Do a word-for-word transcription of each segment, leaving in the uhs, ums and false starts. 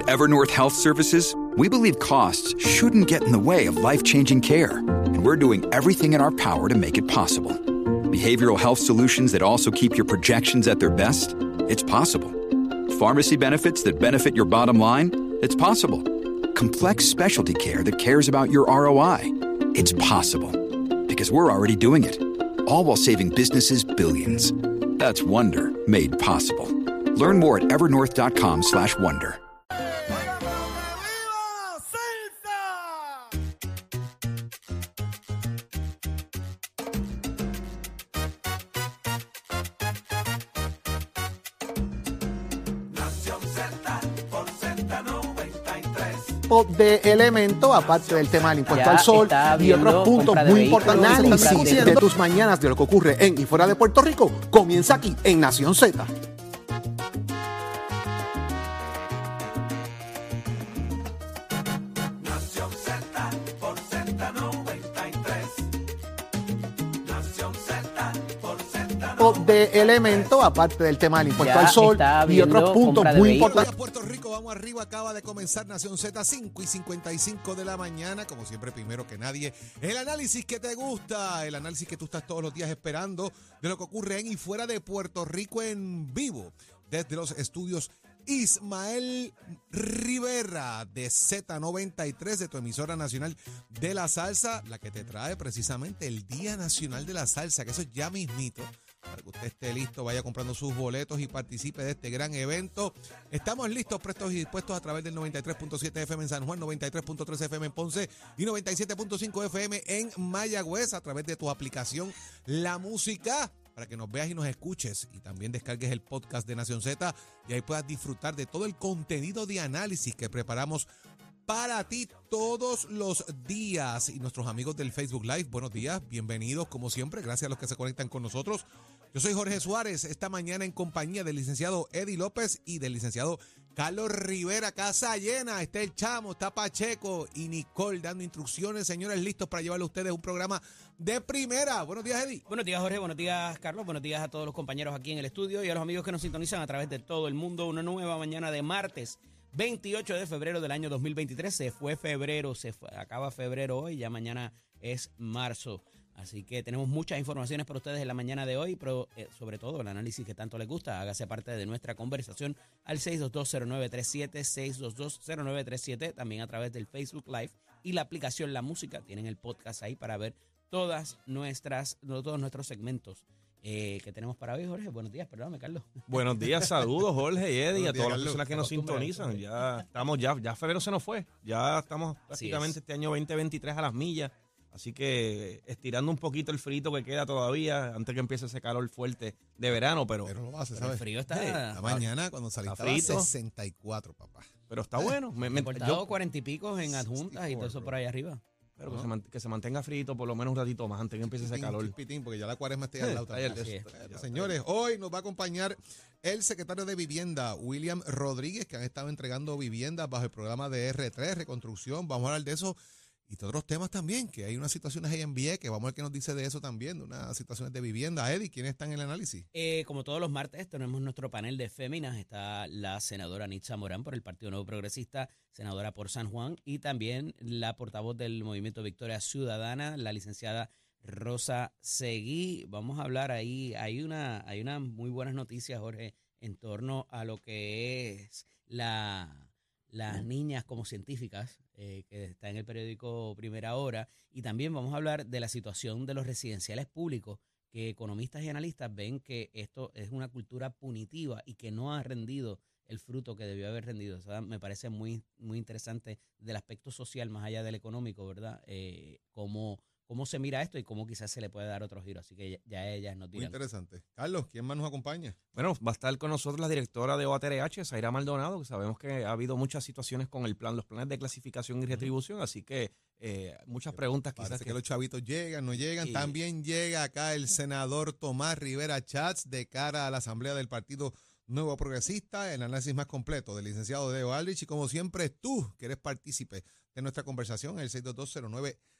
Evernorth Health Services, we believe costs shouldn't get in the way of life-changing care, and we're doing everything in our power to make it possible. Behavioral health solutions that also keep your projections at their best? It's possible. Pharmacy benefits that benefit your bottom line? It's possible. Complex specialty care that cares about your R O I? It's possible. Because we're already doing it. All while saving businesses billions. That's Wonder made possible. Learn more at evernorth.com slash wonder. De elemento, aparte del tema del impuesto ya al sol y otros puntos muy importantes. Análisis de tus mañanas de lo que ocurre en y fuera de Puerto Rico comienza aquí en Nación Z. Nación Z por Z noventa y tres. Nación Z por Z noventa y tres. De elemento, aparte del tema del impuesto al sol y otros puntos muy importantes. Puerto Rico, vamos arriba, acaba de comenzar Nación Z, cinco y cincuenta y cinco de la mañana, como siempre, primero que nadie, el análisis que te gusta, el análisis que tú estás todos los días esperando de lo que ocurre en y fuera de Puerto Rico en vivo, desde los estudios Ismael Rivera de Z noventa y tres, de tu emisora nacional de la salsa, la que te trae precisamente el Día Nacional de la Salsa, que eso es ya mismito. Para que usted esté listo, vaya comprando sus boletos y participe de este gran evento. Estamos listos, prestos y dispuestos a través del noventa y tres punto siete F M en San Juan, noventa y tres punto tres F M en Ponce y noventa y siete punto cinco F M en Mayagüez, a través de tu aplicación La Música, para que nos veas y nos escuches, y también descargues el podcast de Nación Z y ahí puedas disfrutar de todo el contenido de análisis que preparamos para ti todos los días. Y nuestros amigos del Facebook Live, buenos días, bienvenidos como siempre, gracias a los que se conectan con nosotros. Yo soy Jorge Suárez, esta mañana en compañía del licenciado Eddie López y del licenciado Carlos Rivera. Casa llena, está el Chamo, está Pacheco y Nicole dando instrucciones. Señores, listos para llevarle a ustedes un programa de primera. Buenos días, Eddie. Buenos días, Jorge. Buenos días, Carlos. Buenos días a todos los compañeros aquí en el estudio y a los amigos que nos sintonizan a través de todo el mundo. Una nueva mañana de martes, veintiocho de febrero del año dos mil veintitrés. Se fue febrero, se fue, acaba febrero hoy, ya mañana es marzo. Así que tenemos muchas informaciones para ustedes en la mañana de hoy, pero eh, sobre todo el análisis que tanto les gusta. Hágase parte de nuestra conversación al seis dos dos cero nueve tres siete, seis dos dos cero nueve tres siete, también a través del Facebook Live y la aplicación La Música. Tienen el podcast ahí para ver todas nuestras, todos nuestros segmentos eh, que tenemos para hoy, Jorge. Buenos días, perdóname, Carlos. Buenos días, saludos, Jorge y Eddie, Buenos a días, todas las Carlos. personas que nos sintonizan. Ya estamos, ya, ya febrero se nos fue, ya estamos prácticamente este año veinte veintitrés a las millas. Así que estirando un poquito el frito que queda todavía antes que empiece ese calor fuerte de verano, pero, Pero lo hace, Pero ¿sabes? el frío está... Esta mañana cuando salí está estaba frito. sesenta y cuatro, papá. pero está bueno. Me, me- Cortado yo- cuarenta y pico en adjuntas y todo eso por ahí arriba. pero que, se man- que se mantenga frito por lo menos un ratito más antes que empiece ese Pitín, calor. pitín, porque ya la cuaresma está al lado Ayer también. de eso. Bueno, señores, hoy nos va a acompañar el secretario de Vivienda, William Rodríguez, que han estado entregando viviendas bajo el programa de R tres, Reconstrucción. Vamos a hablar de eso y de otros temas también, que hay unas situaciones ahí en Vieques, vamos a ver qué nos dice de eso también, de unas situaciones de vivienda. Eddie, ¿quiénes están en el análisis? Eh, como todos los martes, tenemos nuestro panel de féminas. Está la senadora Nitza Morán por el Partido Nuevo Progresista, senadora por San Juan, y también la portavoz del Movimiento Victoria Ciudadana, la licenciada Rosa Seguí. Vamos a hablar ahí, hay una, hay unas muy buenas noticias, Jorge, en torno a lo que es la, las niñas como científicas, eh, que está en el periódico Primera Hora, y también vamos a hablar de la situación de los residenciales públicos, que economistas y analistas ven que esto es una cultura punitiva y que no ha rendido el fruto que debió haber rendido. O sea, me parece muy, muy interesante del aspecto social más allá del económico, ¿verdad? Eh, cómo, cómo se mira esto y cómo quizás se le puede dar otro giro. Así que ya, ya ellas nos Muy dirán. interesante. Carlos, ¿quién más nos acompaña? Bueno, va a estar con nosotros la directora de O A T R H, Zaira Maldonado, que sabemos que ha habido muchas situaciones con el plan, los planes de clasificación y retribución, así que eh, muchas preguntas quizás Parece que, que los chavitos llegan, no llegan. Y- También llega acá el senador Tomás Rivera Chats de cara a la Asamblea del Partido Nuevo Progresista, el análisis más completo del licenciado Deo Aldrich. Y como siempre, tú que eres partícipe de nuestra conversación, el seis dos dos cero nueve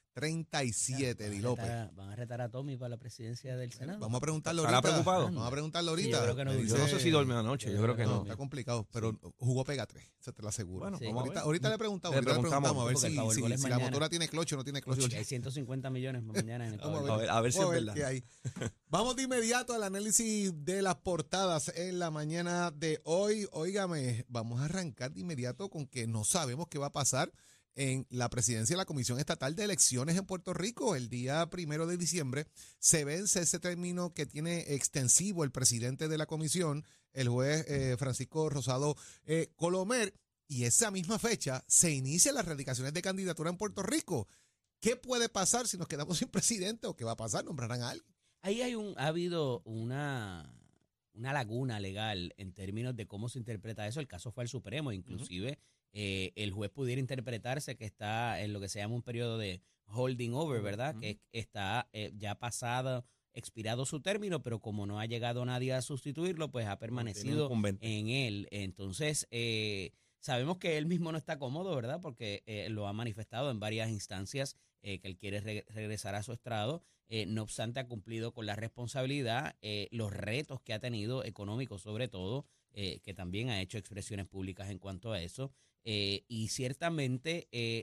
treinta y siete, Eddie López. Retar, van a retar a Tommy para la presidencia del Senado. Vamos a preguntarle ¿Estará ahorita. preocupado? Vamos a preguntarle ahorita. Sí, yo creo que no. Me Yo no sé si duerme anoche, yo creo que no. Está complicado, pero jugó pega tres, eso te lo aseguro. Bueno, Sí. vamos a ahorita, ver. ahorita le preguntamos, Le ahorita le preguntamos, preguntamos a ver porque si, el Powerball si, es si la mañana. motora tiene cloche o no tiene cloche. Que hay ciento cincuenta millones más mañana en el Vamos Powerball. A ver, a ver si es Vamos a ver verdad. qué hay. Vamos de inmediato al análisis de las portadas en la mañana de hoy. Óigame, vamos a arrancar de inmediato con que no sabemos qué va a pasar en la presidencia de la Comisión Estatal de Elecciones en Puerto Rico. El día primero de diciembre se vence ese término que tiene extensivo el presidente de la comisión, el juez eh, Francisco Rosado eh, Colomer, y esa misma fecha se inician las radicaciones de candidatura en Puerto Rico. ¿Qué puede pasar si nos quedamos sin presidente o qué va a pasar? ¿Nombrarán a alguien? Ahí hay un, ha habido una, una laguna legal en términos de cómo se interpreta eso. El caso fue al Supremo, inclusive uh-huh. eh, el juez pudiera interpretarse que está en lo que se llama un periodo de holding over, ¿verdad? Uh-huh. Que está eh, ya pasado, expirado su término, pero como no ha llegado nadie a sustituirlo, pues ha permanecido en él. Entonces, eh, sabemos que él mismo no está cómodo, ¿verdad? Porque eh, lo ha manifestado en varias instancias eh, que él quiere re- regresar a su estrado. Eh, no obstante, ha cumplido con la responsabilidad, eh, los retos que ha tenido, económicos sobre todo, eh, que también ha hecho expresiones públicas en cuanto a eso. Eh, y ciertamente eh,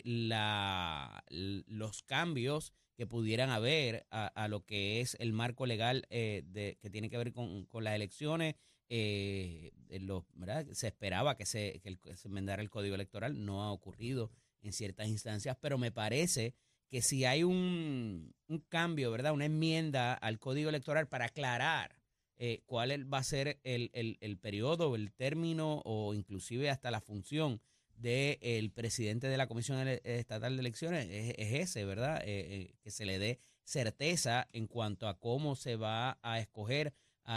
la, los cambios que pudieran haber a, a lo que es el marco legal eh, de, que tiene que ver con, con las elecciones, eh, lo, ¿verdad? Se esperaba que se, que el, que se enmendara el Código Electoral, no ha ocurrido en ciertas instancias, pero me parece que si hay un, un cambio, ¿verdad? Una enmienda al Código Electoral para aclarar eh, cuál va a ser el, el, el periodo, el término o inclusive hasta la función del presidente de la Comisión Estatal de Elecciones, es, es ese, ¿verdad? Eh, eh, que se le dé certeza en cuanto a cómo se va a escoger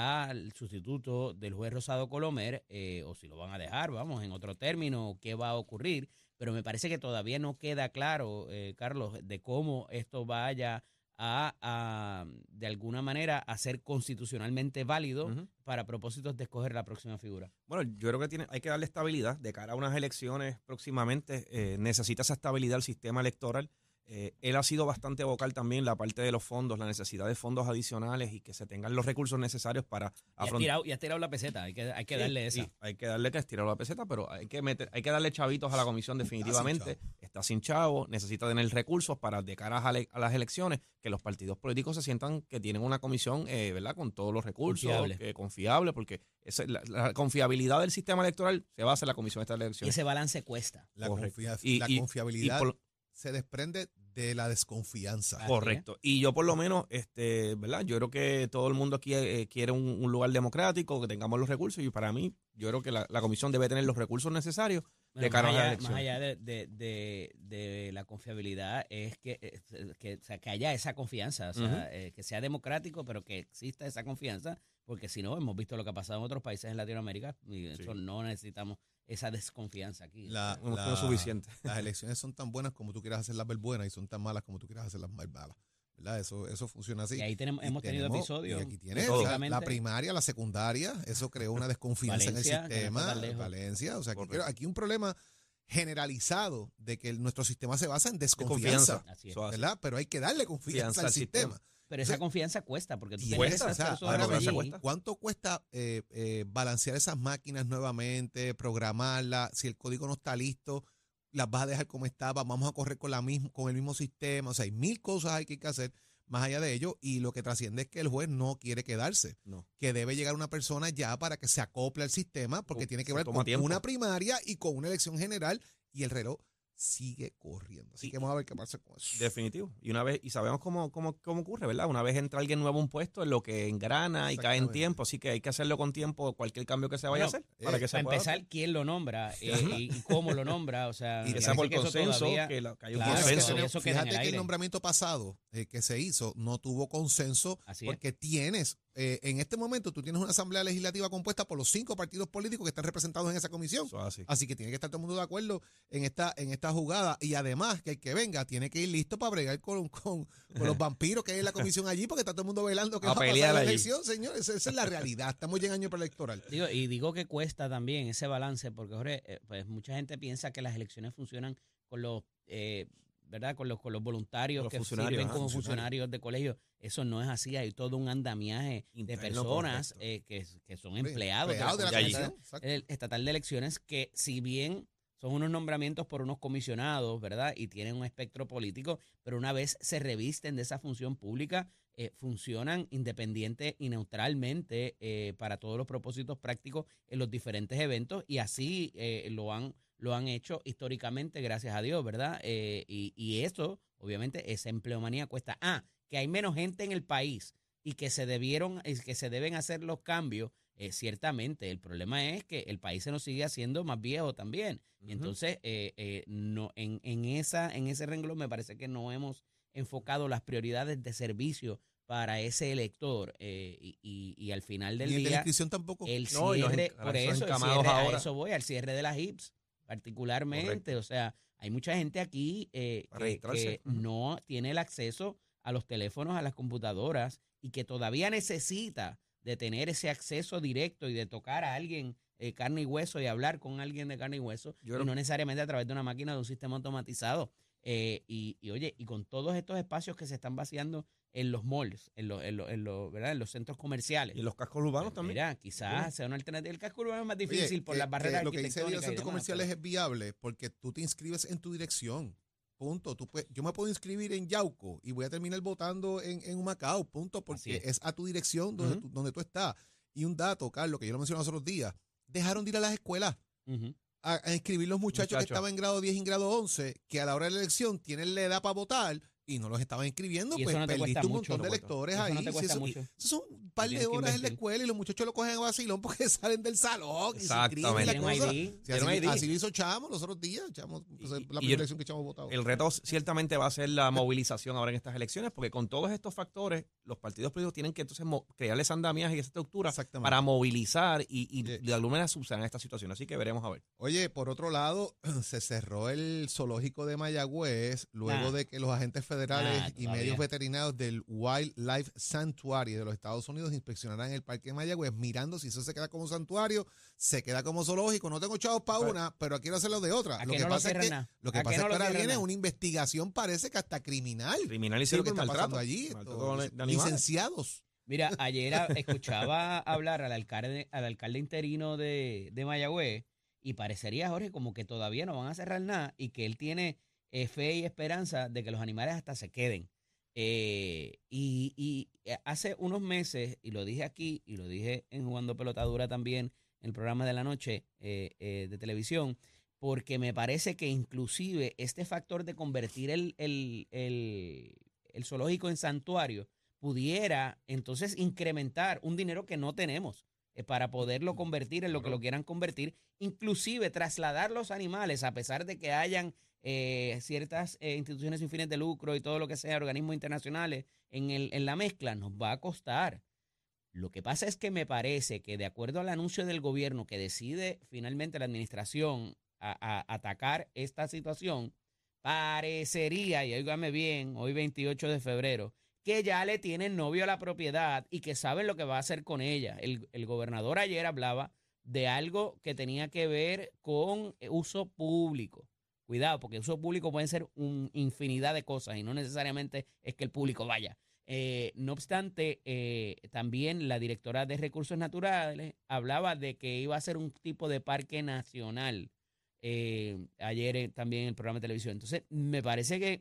al sustituto del juez Rosado Colomer, eh, o si lo van a dejar, vamos, en otro término, qué va a ocurrir. Pero me parece que todavía no queda claro, eh, Carlos, de cómo esto vaya a, a, de alguna manera, a ser constitucionalmente válido uh-huh. para propósitos de escoger la próxima figura. Bueno, yo creo que tiene, hay que darle estabilidad de cara a unas elecciones próximamente. Eh, necesita esa estabilidad el sistema electoral. Eh, él ha sido bastante vocal también la parte de los fondos, la necesidad de fondos adicionales y que se tengan los recursos necesarios para afrontar. Y ha tirado la peseta, hay que, hay que sí, darle esa. Sí, hay que darle que estirar la peseta, pero hay que meter, hay que darle chavitos a la comisión definitivamente. Está sin, Está sin chavo, necesita tener recursos para de cara a, le, a las elecciones, que los partidos políticos se sientan que tienen una comisión, eh, ¿verdad? Con todos los recursos, confiable, que, confiable porque esa, la, la confiabilidad del sistema electoral se basa en la comisión de elecciones. Y ese balance cuesta. La, confia y, la y, confiabilidad y por, se desprende de la desconfianza. Correcto. Y yo por lo menos, este, ¿verdad? Yo creo que todo el mundo aquí eh, quiere un, un lugar democrático, que tengamos los recursos y para mí, yo creo que la, la comisión debe tener los recursos necesarios bueno, de cara allá, a la elección. Más allá de, de, de, de la confiabilidad es que, que, o sea, que haya esa confianza, o sea, uh-huh. eh, que sea democrático, pero que exista esa confianza, porque si no, hemos visto lo que ha pasado en otros países en Latinoamérica y sí. eso no necesitamos esa desconfianza aquí. La, no, la, no es suficiente. Las elecciones son tan buenas como tú quieras hacerlas ver buenas y son tan malas como tú quieras hacerlas ver malas. ¿Verdad? Eso, eso funciona así. Y ahí tenemos, y hemos tenido tenemos, episodios. Y aquí tienes la, la primaria, la secundaria, eso creó una desconfianza Valencia, en el sistema. No Valencia, o sea, aquí, aquí un problema generalizado de que el, nuestro sistema se basa en desconfianza. desconfianza ¿verdad? Pero hay que darle confianza al sistema. sistema. Pero esa confianza cuesta, porque tú cuesta, o sea, ahora, cuesta. ¿Cuánto cuesta eh, eh, balancear esas máquinas nuevamente, programarlas? Si el código no está listo, las vas a dejar como estaba, vamos a correr con, la misma, con el mismo sistema. O sea, hay mil cosas hay que, hay que hacer más allá de ello. Y lo que trasciende es que el juez no quiere quedarse. No. Que debe llegar una persona ya para que se acople al sistema, porque o, tiene que ver con tiempo. Una primaria y con una elección general y el reloj sigue corriendo. Así y, que vamos a ver qué pasa con eso. Definitivo. Y una vez, y sabemos cómo, cómo, cómo ocurre, ¿verdad? Una vez entra alguien nuevo a un puesto, es lo que engrana y cae en tiempo. Así que hay que hacerlo con tiempo, cualquier cambio que se vaya bueno, a hacer. Eh, para que para empezar, hacer. quién lo nombra eh, y, y cómo lo nombra. O sea, y que sea por consenso, todavía, que, la, que haya un claro, consenso. Que eso fíjate que el nombramiento pasado eh, que se hizo no tuvo consenso Así porque es. tienes Eh, en este momento tú tienes una asamblea legislativa compuesta por los cinco partidos políticos que están representados en esa comisión. Así. así que tiene que estar todo el mundo de acuerdo en esta, en esta jugada. Y además que el que venga tiene que ir listo para bregar con, con, con los vampiros que hay en la comisión allí, porque está todo el mundo velando que a va a pasar la elección, señores. Esa es la realidad. Estamos ya en año preelectoral. Digo, y digo que cuesta también ese balance, porque Jorge, eh, pues mucha gente piensa que las elecciones funcionan con los... Eh, ¿verdad? Con los, con los voluntarios los que funcionarios, sirven ah, como funcionarios. funcionarios de colegio. Eso no es así. Hay todo un andamiaje Interno, de personas correcto. eh, que, que son Sí, empleados, empleados de la, de la Comisión comisión, exacto. Estatal- Estatal de Elecciones que, si bien son unos nombramientos por unos comisionados, ¿verdad? Y tienen un espectro político, pero una vez se revisten de esa función pública, eh, funcionan independiente y neutralmente eh, para todos los propósitos prácticos en los diferentes eventos y así eh, lo han lo han hecho históricamente, gracias a Dios, ¿verdad? Eh, y, y eso, obviamente, esa empleomanía cuesta. Ah, que hay menos gente en el país y que se debieron, que se deben hacer los cambios. Eh, ciertamente, el problema es que el país se nos sigue haciendo más viejo también. Y entonces, eh, eh, no, en, en, esa, en ese renglón me parece que no hemos enfocado las prioridades de servicio para ese elector. Eh, y, y, y al final del Y el de la día, inscripción tampoco. el No, y los cierre, en- por esos eso, el encamados cierre, a ahora. eso voy, al cierre de las I P S, particularmente. Correcto. O sea, hay mucha gente aquí eh, Para que, registrarse. que Ujú. no tiene el acceso a los teléfonos, a las computadoras y que todavía necesita de tener ese acceso directo y de tocar a alguien eh, carne y hueso y hablar con alguien de carne y hueso, Yo y creo- no necesariamente a través de una máquina de un sistema automatizado. Eh, y, y oye, y con todos estos espacios que se están vaciando en los malls, en, los en, los en, los, ¿verdad? En los centros comerciales. Y en los cascos urbanos también. Mira, quizás sea una alternativa. El casco urbano es más difícil Oye, por que- las barreras que lo que dice de arquitectónicas los y centros demás, comerciales pero- es viable porque tú te inscribes en tu dirección. Punto. Tú puedes- yo me puedo inscribir en Yauco y voy a terminar votando en, en Humacao. Punto. Porque Así es. es. a tu dirección donde, Ujú. tú, donde tú estás. Y un dato, Carlos, que yo lo mencioné los otros días. Dejaron de ir a las escuelas Ujú. a, a inscribir los muchachos, Muchachos. que estaban en grado diez y en grado once, que a la hora de la elección tienen la edad para votar y no los estaban inscribiendo, Y pues eso no te perdiste cuesta un mucho, montón de no cuesta. electores Eso ahí. no te Sí, cuesta eso, mucho. eso son un par de tienes que horas en la invertir. escuela y los muchachos lo cogen a vacilón porque salen del salón y se inscriben y la Exactamente. Tienen cosa. I D. Sí, Tienen así, I D. así lo hizo Chamo los otros días. Chamo, pues, Y- la y primera yo- elección que Chamo votado. El reto ciertamente va a ser la movilización ahora en estas elecciones, porque con todos estos factores, los partidos políticos tienen que entonces mo- crear esa andamiaje y esa estructura Exactamente. para movilizar y, y Sí. de alguna manera subsanar esta situación. Así que veremos a ver. Oye, por otro lado, se cerró el zoológico de Mayagüez luego Nah. de que los agentes federales Nah, y todavía. medios veterinarios del Wildlife Sanctuary de los Estados Unidos inspeccionarán el parque de Mayagüez, mirando si eso se queda como santuario, se queda como zoológico. No tengo chavos para Pues- una, pero quiero hacerlo de otra. ¿A Lo qué que no lo pasa es cierran que, nada? lo que, ¿A qué pasa no es que lo ahora cierran viene nada? una investigación, parece que hasta criminal. Criminal y Sí, lo que lo que está está pasando allí. Maltrato estos de animales. licenciados. Mira, ayer a- escuchaba hablar al alcalde, al alcalde interino de, de Mayagüez y parecería, Jorge, como que todavía no van a cerrar nada y que él tiene eh, fe y esperanza de que los animales hasta se queden. Eh, y, y hace unos meses, y lo dije aquí, y lo dije en Jugando Pelotadura también, en el programa de la noche eh, eh, de televisión, porque me parece que inclusive este factor de convertir el, el, el, el zoológico en santuario pudiera entonces incrementar un dinero que no tenemos eh, para poderlo convertir en lo que lo quieran convertir, inclusive trasladar los animales, a pesar de que hayan eh, ciertas eh, instituciones sin fines de lucro y todo lo que sea, organismos internacionales en, el, en la mezcla, nos va a costar. Lo que pasa es que me parece que de acuerdo al anuncio del gobierno que decide finalmente la administración a, a atacar esta situación, parecería, y óigame bien, hoy veintiocho de febrero, que ya le tienen novio a la propiedad y que saben lo que va a hacer con ella. El, el gobernador ayer hablaba de algo que tenía que ver con uso público. Cuidado, porque uso público puede ser una infinidad de cosas y no necesariamente es que el público vaya. Eh, no obstante, eh, también la directora de Recursos Naturales hablaba de que iba a ser un tipo de parque nacional. Eh, ayer eh, también en el programa de televisión. Entonces, me parece que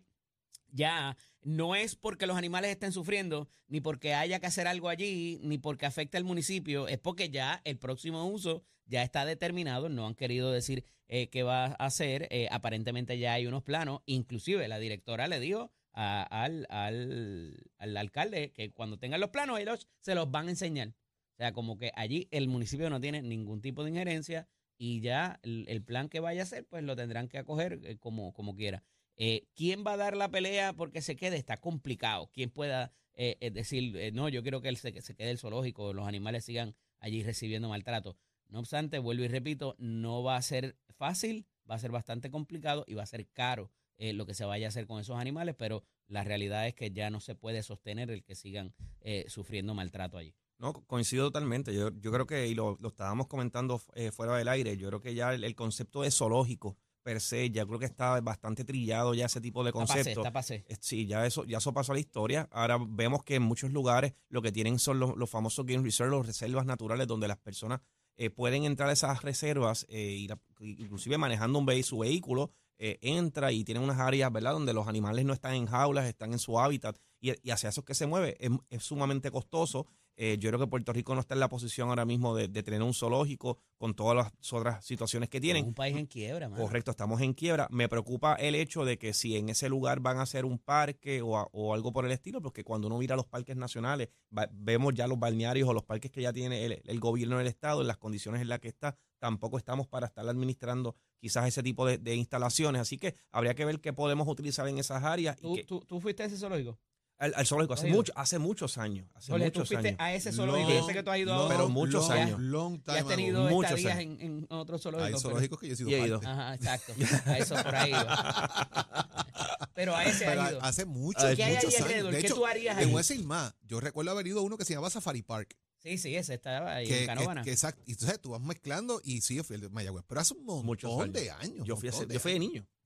ya no es porque los animales estén sufriendo, ni porque haya que hacer algo allí, ni porque afecte al municipio, es porque ya el próximo uso ya está determinado, no han querido decir eh, qué va a hacer, eh, aparentemente ya hay unos planos, inclusive la directora le dijo a, al, al, al alcalde que cuando tengan los planos ellos se los van a enseñar. O sea, como que allí el municipio no tiene ningún tipo de injerencia y ya el, el plan que vaya a hacer, pues lo tendrán que acoger eh, como, como quiera. Eh, ¿Quién va a dar la pelea porque se quede? Está complicado. ¿Quién pueda eh, eh, decir, eh, no, yo quiero que él se, que se quede el zoológico, los animales sigan allí recibiendo maltrato? No obstante, vuelvo y repito, no va a ser fácil, va a ser bastante complicado y va a ser caro eh, lo que se vaya a hacer con esos animales, pero la realidad es que ya no se puede sostener el que sigan eh, sufriendo maltrato allí. No, co- coincido totalmente. Yo, yo creo que, y lo, lo estábamos comentando eh, fuera del aire, yo creo que ya el, el concepto de zoológico per se, ya creo que está bastante trillado ya ese tipo de concepto. Está pasé, está pasé. Sí, ya eso, ya eso pasó a la historia. Ahora vemos que en muchos lugares lo que tienen son los, los famosos game reserves, los reservas naturales, donde las personas eh, pueden entrar a esas reservas, eh, y la, inclusive manejando un ve- su vehículo, eh, entra y tienen unas áreas, ¿verdad?, donde los animales no están en jaulas, están en su hábitat, y, y hacia eso es que se mueve. Es, es sumamente costoso. Eh, yo creo que Puerto Rico no está en la posición ahora mismo de, de tener un zoológico con todas las otras situaciones que tienen. Es un país en quiebra, man. Correcto, estamos en quiebra. Me preocupa el hecho de que si en ese lugar van a hacer un parque o, a- o algo por el estilo, porque cuando uno mira los parques nacionales, va- vemos ya los balnearios o los parques que ya tiene el, el gobierno del estado, en las condiciones en las que está, tampoco estamos para estar administrando quizás ese tipo de, de instalaciones. Así que habría que ver qué podemos utilizar en esas áreas. Y ¿Tú, que, tú, tú fuiste a ese zoológico? al, al zoológico hace, ¿Has ido? mucho, hace muchos años. Hace Jorge, tú muchos fuiste años. a ese zoológico. Yo sé que tú has ido a long, pero muchos long, años. Long y time has tenido ago. Muchos estadías años. en, en otros zoológicos. Hay pero- zoológicos que yo he sido Y he parte. ido. Ajá, exacto. A eso por ahí iba. Pero a ese Pero ha ido. hace muchos, ¿Qué hay muchos allí años. alrededor? De ¿Qué hecho, tú harías te allí? voy a decir más. Yo recuerdo haber ido a uno que se llamaba Safari Park. Sí, sí, ese estaba ahí Que, en Canóvana. que, que exacto. Y entonces tú vas mezclando y sí, yo fui el de Mayagüez. Pero hace un montón Muchos años. de años. Yo fui, a montón ser- de yo fui de años. niño.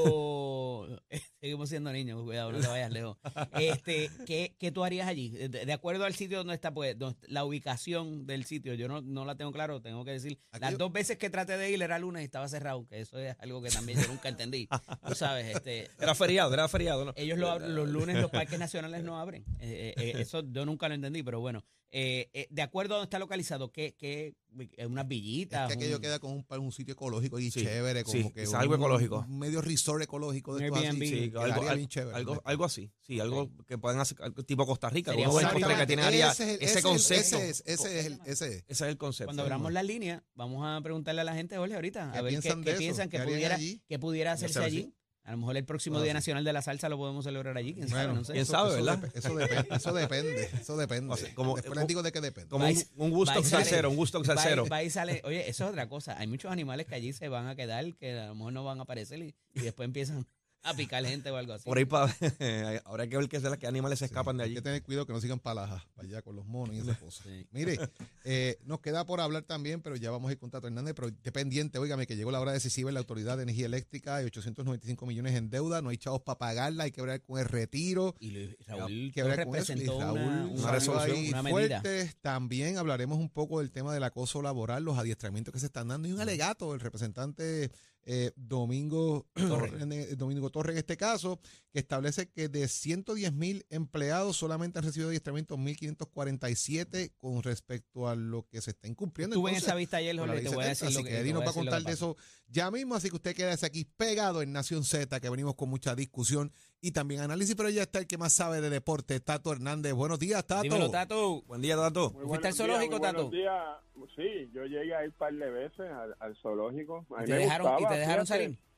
Pero seguimos siendo niños, cuidado, no te vayas lejos. Este, ¿qué, qué tú harías allí? De, de acuerdo al sitio donde está, pues, donde- la ubicación del sitio, yo no, no la tengo claro, tengo que decir. Aquí Las yo- dos veces que traté de ir era lunes y estaba cerrado, que eso es algo que también yo nunca entendí. Tú sabes, este, Era feriado, era feriado, ¿no? ellos lo abren- los lunes los parques nacionales no abren. Eh, eh, eh, eso yo nunca lo entendí, pero bueno. Eh, eh, de acuerdo a donde está localizado, ¿qué, qué, eh, unas Es villitas? que aquello un- queda con un, un sitio ecológico y Sí, chévere, como sí, que es algo un- ecológico. un medio resort ecológico de Un cosas así. Airbnb. Sí, Quedaría algo, al- bien chévere. algo, algo así. Sí, algo que puedan hacer, algo tipo Costa Rica. Sería Uno ve en bueno. Costa Rica tiene área, Ese es el- ese, ese es el- concepto. Ese es, ese es el, ese es. Ese es el concepto. Cuando abramos las líneas, vamos a preguntarle a la gente, Jorge, ahorita, ¿Qué a ver qué, piensan qué de eso? piensan que ¿Qué harían pudiera, allí? que pudiera hacerse hacer así. allí. A lo mejor el próximo Ah, Día sí. Nacional de la Salsa lo podemos celebrar allí, quién sabe, Bueno, no sé. ¿quién eso- sabe, eso verdad? dep- Eso depende, eso depende, eso depende. O sea, como- Después como- les digo de qué depende. Como Va un, y- un va gusto y sale- salsero, un gusto Va y- salsero. va y sale, oye, eso es otra cosa. Hay muchos animales que allí se van a quedar, que a lo mejor no van a aparecer y, y después empiezan a picar gente o algo así. Por ahí para. Ahora hay que ver qué, qué animales se escapan de Hay allí. que tener cuidado que no sigan palajas para allá con los monos y esas cosas. Sí. Mire, eh, nos queda por hablar también, pero ya vamos a ir con Tato Hernández, pero esté pendiente, óigame, que llegó la hora decisiva en la Autoridad de Energía Eléctrica, hay ochocientos noventa y cinco millones en deuda, no hay chavos para pagarla, hay que ver con el retiro. Y Luis- Raúl Hay que Torres ver con eso, y presentó Raúl una, una salió resolución, ahí una medida. fuerte. También hablaremos un poco del tema del acoso laboral, los adiestramientos que se están dando y un alegato del representante eh, Domingo Torres. Domingo Torres en este caso, que establece que de ciento diez mil empleados solamente han recibido adiestramiento mil quinientos cuarenta y siete con respecto a lo que se está incumpliendo. Estuve en Entonces, esa vista ayer, con la Jorge, ley te voy a setenta, decir lo así que que te Eddie voy nos va a decir lo contar que de pasa. eso ya mismo, así que usted quédese aquí pegado en Nación Z, que venimos con mucha discusión y también análisis, pero ya está el que más sabe de deporte, Tato Hernández. Buenos días, Tato. Dímelo, Tato. Buen día, Tato. Muy ¿Fuiste al buenos zoológico, días, muy Tato? buenos días. Sí, yo llegué a ir un par de veces al, al zoológico. A mí ¿Y te me dejaron, gustaba, ¿y te dejaron fíjate. salir?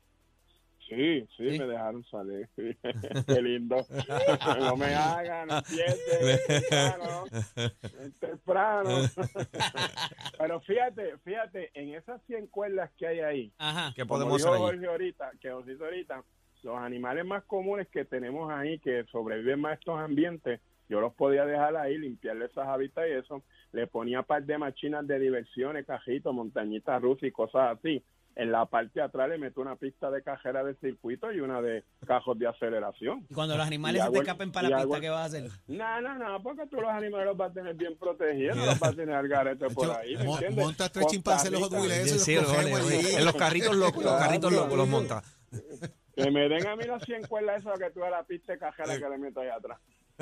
Sí, sí, ¿Sí? me dejaron salir. Qué lindo. No me hagan, no empiecen. Temprano. Temprano. Pero fíjate, fíjate, en esas cien cuerdas que hay ahí, Ajá. ¿Qué como podemos dijo hacer allí? Jorge ahorita, que os dijo ahorita, los animales más comunes que tenemos ahí, que sobreviven más a estos ambientes, yo los podía dejar ahí, limpiarle esas hábitats y eso, le ponía par de machinas de diversiones, cajitos, montañitas rusas y cosas así. En la parte de atrás le meto una pista de cajera de circuito y una de cajos de aceleración. Y cuando los animales Y se te hago- escapen para y la hago- pista, ¿qué vas a hacer? No, no, no, porque tú los animales los vas a tener bien protegidos, no los vas a tener al garete por ahí, ¿me Mo- entiendes? montas tres Costa chimpancés en los Rica, Hot Wheels, eso, y los Sí, cogemos Jorge, allí. en los carritos locos, los carritos locos los monta. Que me den a mí las cien cuerdas eso que tú a la pista de cajera que le meto ahí atrás.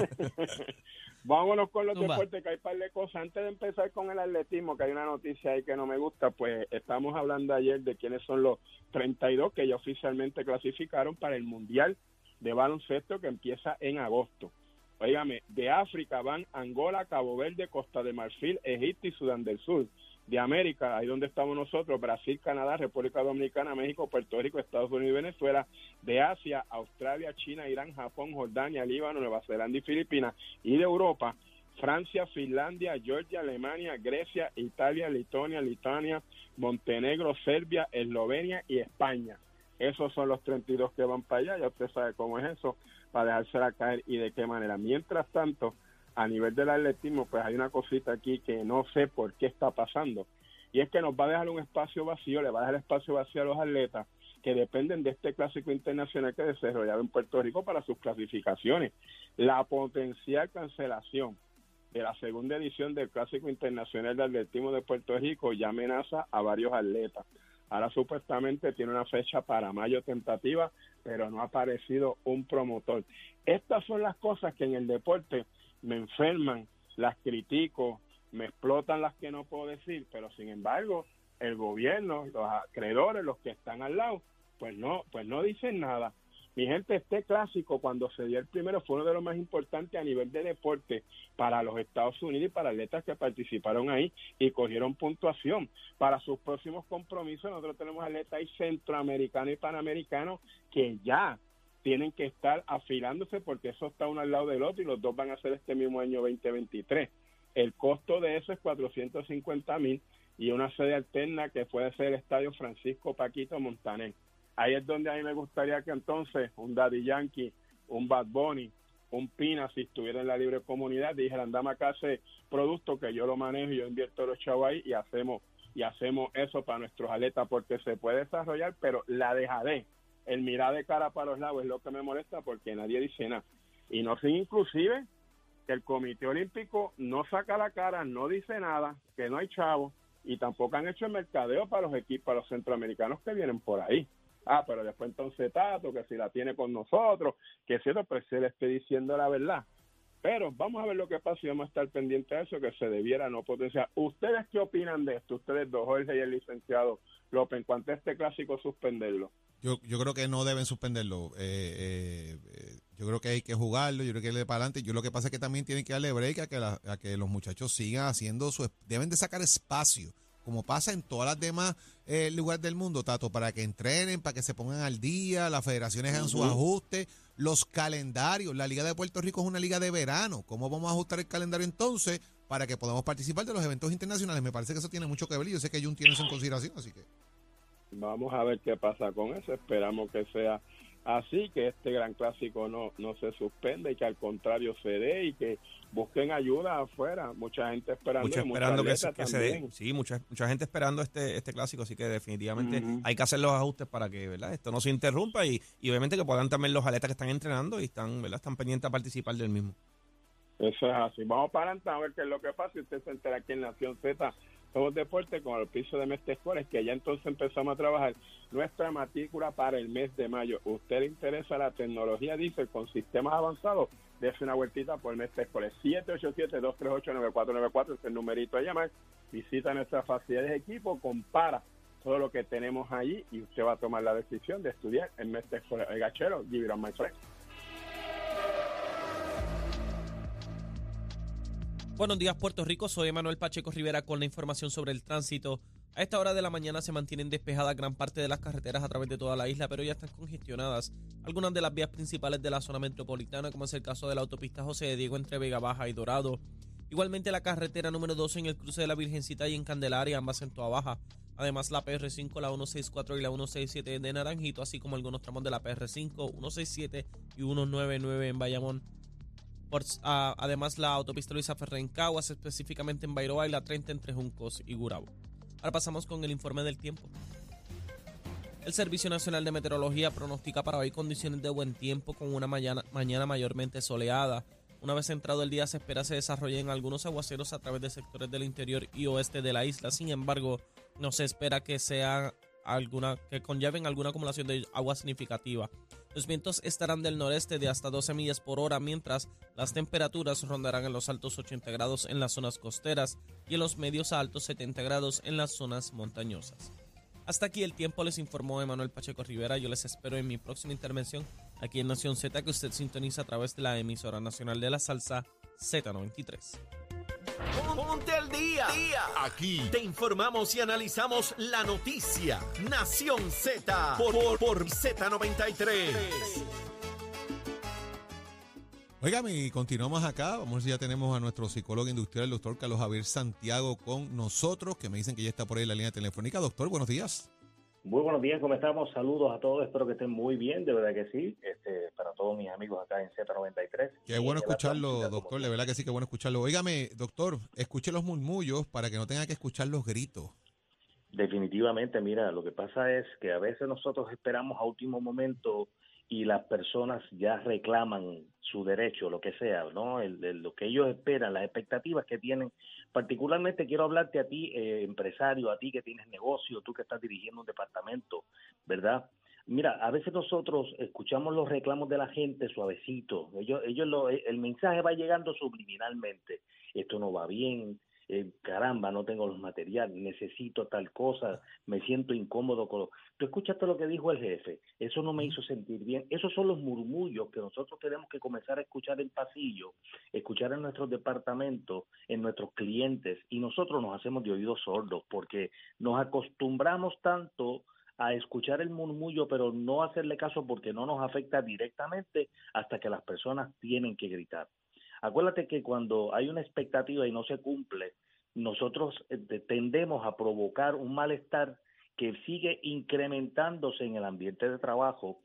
Vámonos con los Zumba. deportes, que hay un par de cosas. Antes de empezar con el atletismo, que hay una noticia ahí que no me gusta, pues estamos hablando ayer de quiénes son los treinta y dos que ya oficialmente clasificaron para el Mundial de Baloncesto que empieza en agosto. Óigame, de África van Angola, Cabo Verde, Costa de Marfil, Egipto y Sudán del Sur. De América, ahí donde estamos nosotros, Brasil, Canadá, República Dominicana, México, Puerto Rico, Estados Unidos y Venezuela. De Asia, Australia, China, Irán, Japón, Jordania, Líbano, Nueva Zelanda y Filipinas. Y de Europa, Francia, Finlandia, Georgia, Alemania, Grecia, Italia, Lituania, Lituania, Montenegro, Serbia, Eslovenia y España. Esos son los treinta y dos que van para allá, ya usted sabe cómo es eso, para dejársela caer y de qué manera. Mientras tanto, a nivel del atletismo, pues hay una cosita aquí que no sé por qué está pasando, y es que nos va a dejar un espacio vacío, le va a dejar espacio vacío a los atletas que dependen de este clásico internacional que desarrollaba en Puerto Rico para sus clasificaciones. La potencial cancelación de la segunda edición del Clásico Internacional de Atletismo de Puerto Rico ya amenaza a varios atletas. Ahora supuestamente tiene una fecha para mayo tentativa, pero no ha aparecido un promotor. Estas son las cosas que en el deporte me enferman, las critico, me explotan las que no puedo decir, pero sin embargo el gobierno, los acreedores, los que están al lado, pues no, pues no dicen nada. Mi gente, este clásico cuando se dio el primero fue uno de los más importantes a nivel de deporte para los Estados Unidos y para atletas que participaron ahí y cogieron puntuación. Para sus próximos compromisos nosotros tenemos atletas ahí centroamericanos y panamericanos que ya tienen que estar afilándose porque eso está uno al lado del otro y los dos van a ser este mismo año veinte veintitrés. El costo de eso es cuatrocientos cincuenta mil y una sede alterna que puede ser el Estadio Francisco Paquito Montaner. Ahí es donde a mí me gustaría que entonces un Daddy Yankee, un Bad Bunny, un Pina, si estuviera en la libre comunidad, dijeran, dame acá ese producto que yo lo manejo y yo invierto los chavos ahí y hacemos, y hacemos eso para nuestros atletas, porque se puede desarrollar, pero la dejadez, el mirar de cara para los lados es lo que me molesta porque nadie dice nada. Y no sé, inclusive, que el Comité Olímpico no saca la cara, no dice nada, que no hay chavos, y tampoco han hecho el mercadeo para los equipos, para los centroamericanos que vienen por ahí. Ah, pero después entonces Tato, que si la tiene con nosotros, que si pero se le esté diciendo la verdad. Pero vamos a ver lo que pasa y vamos a estar pendientes de eso, que se debiera no potenciar. ¿Ustedes qué opinan de esto? Ustedes dos, Jorge y el licenciado López, en cuanto a este clásico, suspenderlo. Yo, yo creo que no deben suspenderlo. Eh, eh, yo creo que hay que jugarlo, yo creo que irle para adelante. Yo lo que pasa es que también tienen que darle break a que, la, a que los muchachos sigan haciendo su... Deben de sacar espacio, como pasa en todas las demás eh, lugares del mundo, Tato, para que entrenen, para que se pongan al día, las federaciones hagan uh-huh. sus ajustes, los calendarios. La Liga de Puerto Rico es una liga de verano. ¿Cómo vamos a ajustar el calendario entonces para que podamos participar de los eventos internacionales? Me parece que eso tiene mucho que ver y yo sé que Jun tiene eso en consideración, así que... Vamos a ver qué pasa con eso. Esperamos que sea así, que este gran clásico no, no se suspenda y que al contrario se dé y que busquen ayuda afuera. Mucha gente esperando. Mucha esperando que, se, que se dé. Sí, mucha, mucha gente esperando este este clásico, así que definitivamente uh-huh. hay que hacer los ajustes para que, ¿verdad?, esto no se interrumpa y, y obviamente que puedan también los atletas que están entrenando y están, ¿verdad?, están pendientes a participar del mismo. Eso es así. Vamos para adelante a ver qué es lo que pasa. Usted se entera aquí en Nación Z. Somos Deporte con el piso de Mestre Escuelas, que ya entonces empezamos a trabajar nuestra matrícula para el mes de mayo. ¿Usted le interesa la tecnología diesel con sistemas avanzados? Dése una vueltita por Mestre Escuelas. siete ocho siete, dos tres ocho, nueve cuatro nueve cuatro es el numerito a llamar. Visita nuestras facilidades de equipo, compara todo lo que tenemos allí y usted va a tomar la decisión de estudiar en Mestre Escuelas. El gachero, give it on my friend. Buenos días, Puerto Rico. Soy Emanuel Pacheco Rivera con la información sobre el tránsito. A esta hora de la mañana se mantienen despejadas gran parte de las carreteras a través de toda la isla, pero ya están congestionadas algunas de las vías principales de la zona metropolitana, como es el caso de la autopista José de Diego entre Vega Baja y Dorado. Igualmente la carretera número doce en el cruce de la Virgencita y en Candelaria, ambas en Toa Baja. Además la P R cinco, la ciento sesenta y cuatro y la ciento sesenta y siete de Naranjito, así como algunos tramos de la P R cinco, ciento sesenta y siete y ciento noventa y nueve en Bayamón. Por, uh, además la autopista Luisa Ferré en Caguas, específicamente en Bairoa y la treinta entre Juncos y Gurabo. Ahora pasamos con el informe del tiempo. El Servicio Nacional de Meteorología pronostica para hoy condiciones de buen tiempo con una mañana, mañana mayormente soleada. Una vez entrado el día se espera se desarrollen algunos aguaceros a través de sectores del interior y oeste de la isla. Sin embargo, no se espera que sea alguna que conlleven alguna acumulación de agua significativa. Los vientos estarán del noreste de hasta doce millas por hora, mientras las temperaturas rondarán en los altos ochenta grados en las zonas costeras y en los medios a altos setenta grados en las zonas montañosas. Hasta aquí el tiempo, les informó Emanuel Pacheco Rivera. Yo les espero en mi próxima intervención aquí en Nación Z, que usted sintoniza a través de la emisora nacional de la salsa Z noventa y tres. Ponte al día. día. Aquí te informamos y analizamos la noticia. Nación Z por, por, por Z noventa y tres. Oigan, y continuamos acá. Vamos a ver si ya tenemos a nuestro psicólogo industrial, el doctor Carlos Javier Santiago, con nosotros, que me dicen que ya está por ahí en la línea telefónica. Doctor, buenos días. Muy buenos días, ¿cómo estamos? Saludos a todos, espero que estén muy bien, de verdad que sí, este, para todos mis amigos acá en Z noventa y tres. Qué bueno escucharlo, doctor, de verdad que sí, qué bueno escucharlo. Óigame, doctor, escuche los murmullos para que no tenga que escuchar los gritos. Definitivamente, mira, lo que pasa es que a veces nosotros esperamos a último momento y las personas ya reclaman su derecho, lo que sea, ¿no? El, el, lo que ellos esperan, las expectativas que tienen. Particularmente quiero hablarte a ti, eh, empresario, a ti que tienes negocio, tú que estás dirigiendo un departamento, ¿verdad? Mira, a veces nosotros escuchamos los reclamos de la gente suavecito. Ellos, ellos lo, el mensaje va llegando subliminalmente. Esto no va bien. Eh, caramba, no tengo los materiales, necesito tal cosa, me siento incómodo con lo... Tú escuchaste lo que dijo el jefe, eso no me hizo sentir bien. Esos son los murmullos que nosotros tenemos que comenzar a escuchar en pasillo, escuchar en nuestros departamentos, en nuestros clientes, y nosotros nos hacemos de oídos sordos porque nos acostumbramos tanto a escuchar el murmullo, pero no hacerle caso porque no nos afecta directamente hasta que las personas tienen que gritar. Acuérdate que cuando hay una expectativa y no se cumple, nosotros tendemos a provocar un malestar que sigue incrementándose en el ambiente de trabajo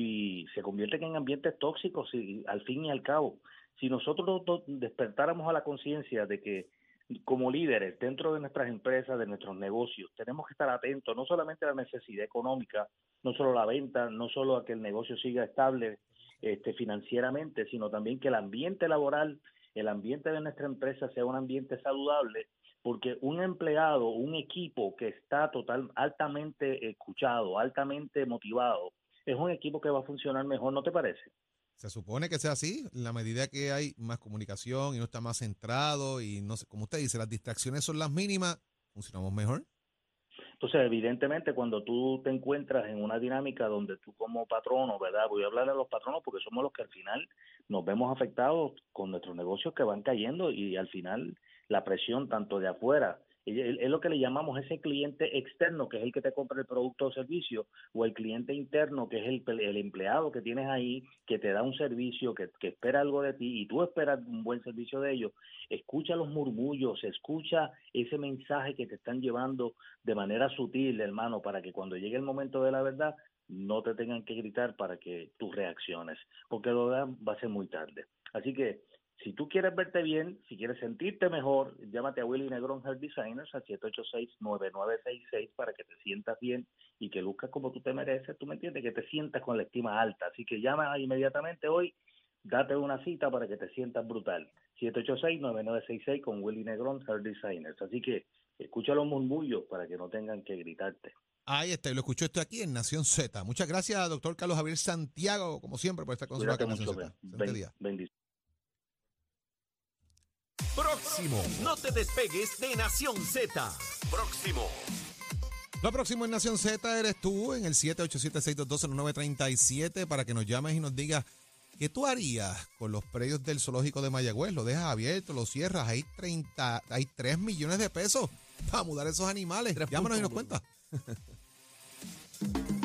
y se convierten en ambientes tóxicos y, al fin y al cabo. Si nosotros despertáramos a la conciencia de que como líderes dentro de nuestras empresas, de nuestros negocios, tenemos que estar atentos no solamente a la necesidad económica, no solo a la venta, no solo a que el negocio siga estable este, financieramente, sino también que el ambiente laboral, el ambiente de nuestra empresa sea un ambiente saludable, porque un empleado, un equipo que está total, altamente escuchado, altamente motivado, es un equipo que va a funcionar mejor, ¿no te parece? Se supone que sea así, en la medida que hay más comunicación y uno está más centrado y no sé, como usted dice, las distracciones son las mínimas, funcionamos mejor. Entonces, evidentemente, cuando tú te encuentras en una dinámica donde tú como patrono, ¿verdad? Voy a hablar a los patronos porque somos los que al final nos vemos afectados con nuestros negocios que van cayendo y al final la presión tanto de afuera, es lo que le llamamos ese cliente externo, que es el que te compra el producto o servicio, o el cliente interno, que es el, el empleado que tienes ahí, que te da un servicio, que, que espera algo de ti y tú esperas un buen servicio de ellos. Escucha los murmullos, escucha ese mensaje que te están llevando de manera sutil, hermano, para que cuando llegue el momento de la verdad no te tengan que gritar para que tú reacciones, porque lo demás va a ser muy tarde. Así que si tú quieres verte bien, si quieres sentirte mejor, llámate a Willy Negrón Hair Designers al siete ocho seis, nueve nueve seis seis para que te sientas bien y que luzcas como tú te mereces, tú me entiendes, que te sientas con la estima alta. Así que llama inmediatamente hoy, date una cita para que te sientas brutal. siete ocho seis, nueve nueve seis seis con Willy Negrón Hair Designers. Así que escucha los murmullos para que no tengan que gritarte. Ahí está, y lo escuchó esto aquí en Nación Z. Muchas gracias, doctor Carlos Javier Santiago, como siempre, por estar con nosotros en Nación Z. Ben, bendiciones. Próximo, no te despegues de Nación Z. Próximo. Lo próximo en Nación Z eres tú en el siete ocho siete, seis dos dos, cero nueve tres siete para que nos llames y nos digas qué tú harías con los predios del zoológico de Mayagüez. Lo dejas abierto, lo cierras, hay treinta, hay tres millones de pesos para mudar esos animales. Llámanos y nos cuentas.